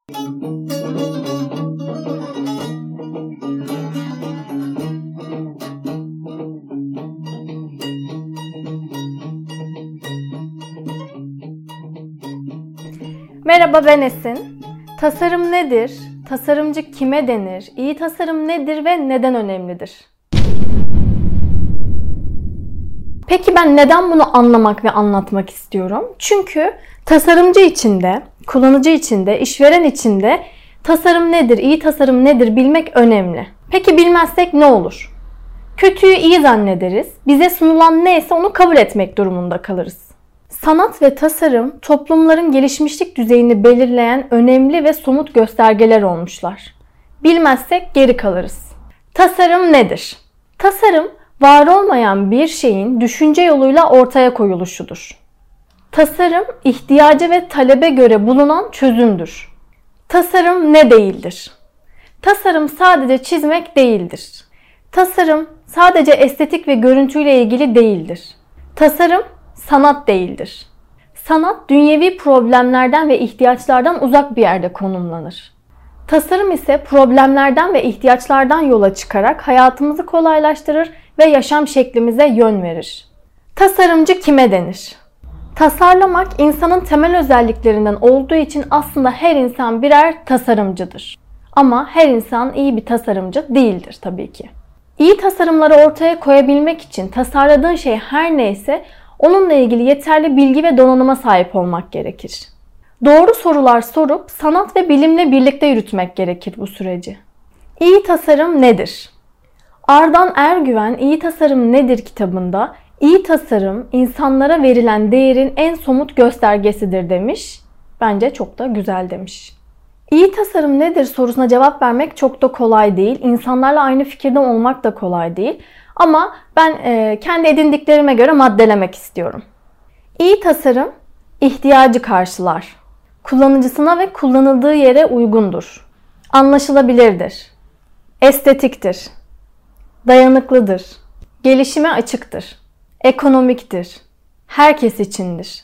Merhaba, ben Esin. Tasarım nedir? Tasarımcı kime denir? İyi tasarım nedir ve neden önemlidir? Peki ben neden bunu anlamak ve anlatmak istiyorum? Çünkü tasarımcı içinde, kullanıcı içinde, işveren içinde tasarım nedir, iyi tasarım nedir bilmek önemli. Peki bilmezsek ne olur? Kötüyü iyi zannederiz. Bize sunulan neyse onu kabul etmek durumunda kalırız. Sanat ve tasarım toplumların gelişmişlik düzeyini belirleyen önemli ve somut göstergeler olmuşlar. Bilmezsek geri kalırız. Tasarım nedir? Tasarım, var olmayan bir şeyin düşünce yoluyla ortaya koyuluşudur. Tasarım, ihtiyaca ve talebe göre bulunan çözümdür. Tasarım ne değildir? Tasarım sadece çizmek değildir. Tasarım sadece estetik ve görüntüyle ilgili değildir. Tasarım sanat değildir. Sanat, dünyevi problemlerden ve ihtiyaçlardan uzak bir yerde konumlanır. Tasarım ise problemlerden ve ihtiyaçlardan yola çıkarak hayatımızı kolaylaştırır ve yaşam şeklimize yön verir. Tasarımcı kime denir? Tasarlamak insanın temel özelliklerinden olduğu için aslında her insan birer tasarımcıdır. Ama her insan iyi bir tasarımcı değildir tabii ki. İyi tasarımları ortaya koyabilmek için tasarladığın şey her neyse onunla ilgili yeterli bilgi ve donanıma sahip olmak gerekir. Doğru sorular sorup sanat ve bilimle birlikte yürütmek gerekir bu süreci. İyi tasarım nedir? Ardan Ergüven İyi Tasarım Nedir kitabında iyi tasarım insanlara verilen değerin en somut göstergesidir demiş. Bence çok da güzel demiş. İyi tasarım nedir sorusuna cevap vermek çok da kolay değil. İnsanlarla aynı fikirde olmak da kolay değil. Ama ben kendi edindiklerime göre maddelemek istiyorum. İyi tasarım ihtiyacı karşılar. Kullanıcısına ve kullanıldığı yere uygundur. Anlaşılabilirdir. Estetiktir. Dayanıklıdır. Gelişime açıktır. Ekonomiktir. Herkes içindir.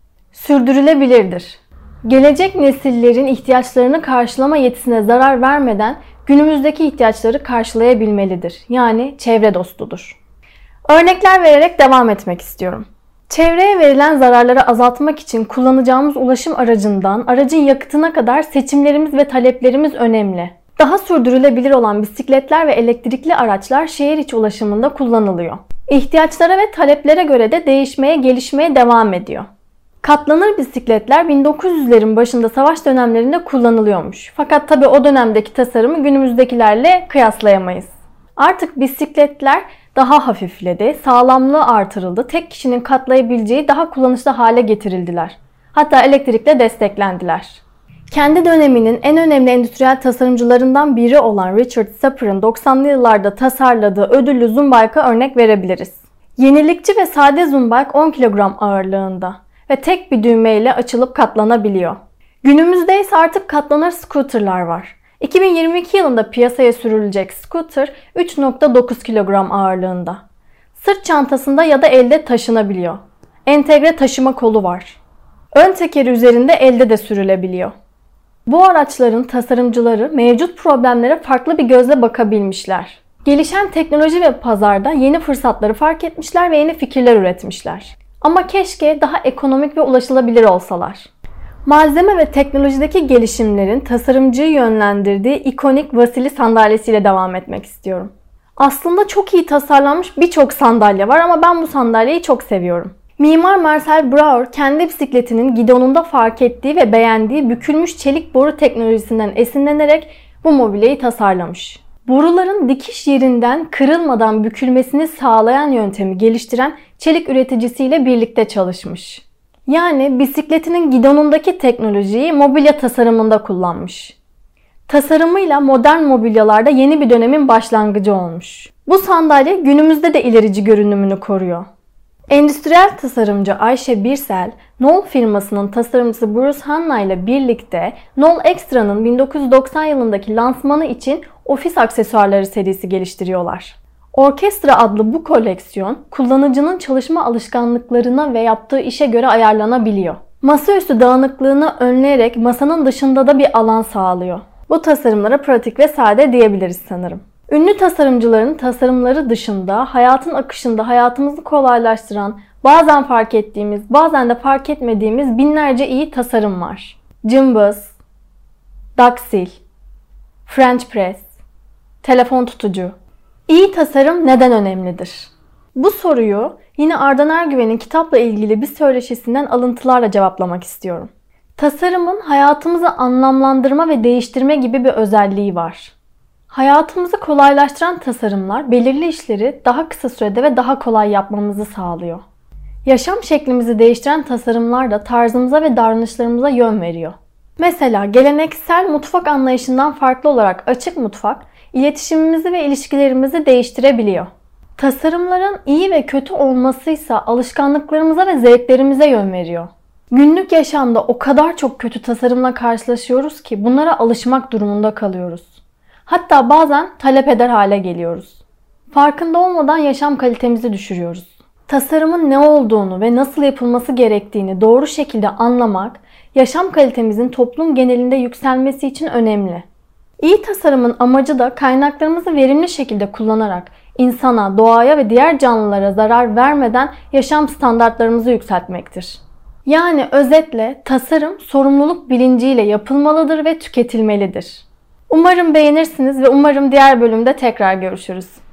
Sürdürülebilirdir. Gelecek nesillerin ihtiyaçlarını karşılama yetisine zarar vermeden günümüzdeki ihtiyaçları karşılayabilmelidir. Yani çevre dostudur. Örnekler vererek devam etmek istiyorum. Çevreye verilen zararları azaltmak için kullanacağımız ulaşım aracından aracın yakıtına kadar seçimlerimiz ve taleplerimiz önemli. Daha sürdürülebilir olan bisikletler ve elektrikli araçlar şehir içi ulaşımında kullanılıyor. İhtiyaçlara ve taleplere göre de değişmeye, gelişmeye devam ediyor. Katlanır bisikletler 1900'lerin başında savaş dönemlerinde kullanılıyormuş. Fakat tabii o dönemdeki tasarımı günümüzdekilerle kıyaslayamayız. Artık bisikletler daha hafifledi, sağlamlığı artırıldı, tek kişinin katlayabileceği daha kullanışlı hale getirildiler. Hatta elektrikle desteklendiler. Kendi döneminin en önemli endüstriyel tasarımcılarından biri olan Richard Sapir'ın 90'lı yıllarda tasarladığı ödüllü Zumbayk'a örnek verebiliriz. Yenilikçi ve sade Zumbayk 10 kilogram ağırlığında ve tek bir düğmeyle açılıp katlanabiliyor. Günümüzde ise artık katlanır scooterlar var. 2022 yılında piyasaya sürülecek scooter 3.9 kilogram ağırlığında. Sırt çantasında ya da elde taşınabiliyor. Entegre taşıma kolu var. Ön tekeri üzerinde elde de sürülebiliyor. Bu araçların tasarımcıları mevcut problemlere farklı bir gözle bakabilmişler. Gelişen teknoloji ve pazarda yeni fırsatları fark etmişler ve yeni fikirler üretmişler. Ama keşke daha ekonomik ve ulaşılabilir olsalar. Malzeme ve teknolojideki gelişimlerin tasarımcıyı yönlendirdiği ikonik Vasili sandalyesiyle devam etmek istiyorum. Aslında çok iyi tasarlanmış birçok sandalye var ama ben bu sandalyeyi çok seviyorum. Mimar Marcel Breuer kendi bisikletinin gidonunda fark ettiği ve beğendiği bükülmüş çelik boru teknolojisinden esinlenerek bu mobilyayı tasarlamış. Boruların dikiş yerinden kırılmadan bükülmesini sağlayan yöntemi geliştiren çelik üreticisiyle birlikte çalışmış. Yani bisikletinin gidonundaki teknolojiyi mobilya tasarımında kullanmış. Tasarımıyla modern mobilyalarda yeni bir dönemin başlangıcı olmuş. Bu sandalye günümüzde de ilerici görünümünü koruyor. Endüstriyel tasarımcı Ayşe Birsel, Knoll firmasının tasarımcısı Bruce Hanna ile birlikte Knoll Extra'nın 1990 yılındaki lansmanı için ofis aksesuarları serisi geliştiriyorlar. Orkestra adlı bu koleksiyon, kullanıcının çalışma alışkanlıklarına ve yaptığı işe göre ayarlanabiliyor. Masaüstü dağınıklığını önleyerek masanın dışında da bir alan sağlıyor. Bu tasarımlara pratik ve sade diyebiliriz sanırım. Ünlü tasarımcıların tasarımları dışında hayatın akışında hayatımızı kolaylaştıran, bazen fark ettiğimiz, bazen de fark etmediğimiz binlerce iyi tasarım var. Cımbız, daksil, French press, telefon tutucu. İyi tasarım neden önemlidir? Bu soruyu yine Ardan Ergüven'in kitapla ilgili bir söyleşisinden alıntılarla cevaplamak istiyorum. Tasarımın hayatımızı anlamlandırma ve değiştirme gibi bir özelliği var. Hayatımızı kolaylaştıran tasarımlar belirli işleri daha kısa sürede ve daha kolay yapmamızı sağlıyor. Yaşam şeklimizi değiştiren tasarımlar da tarzımıza ve davranışlarımıza yön veriyor. Mesela geleneksel mutfak anlayışından farklı olarak açık mutfak, iletişimimizi ve ilişkilerimizi değiştirebiliyor. Tasarımların iyi ve kötü olmasıysa alışkanlıklarımıza ve zevklerimize yön veriyor. Günlük yaşamda o kadar çok kötü tasarımla karşılaşıyoruz ki bunlara alışmak durumunda kalıyoruz. Hatta bazen talep eder hale geliyoruz. Farkında olmadan yaşam kalitemizi düşürüyoruz. Tasarımın ne olduğunu ve nasıl yapılması gerektiğini doğru şekilde anlamak, yaşam kalitemizin toplum genelinde yükselmesi için önemli. İyi tasarımın amacı da kaynaklarımızı verimli şekilde kullanarak insana, doğaya ve diğer canlılara zarar vermeden yaşam standartlarımızı yükseltmektir. Yani özetle tasarım sorumluluk bilinciyle yapılmalıdır ve tüketilmelidir. Umarım beğenirsiniz ve umarım diğer bölümde tekrar görüşürüz.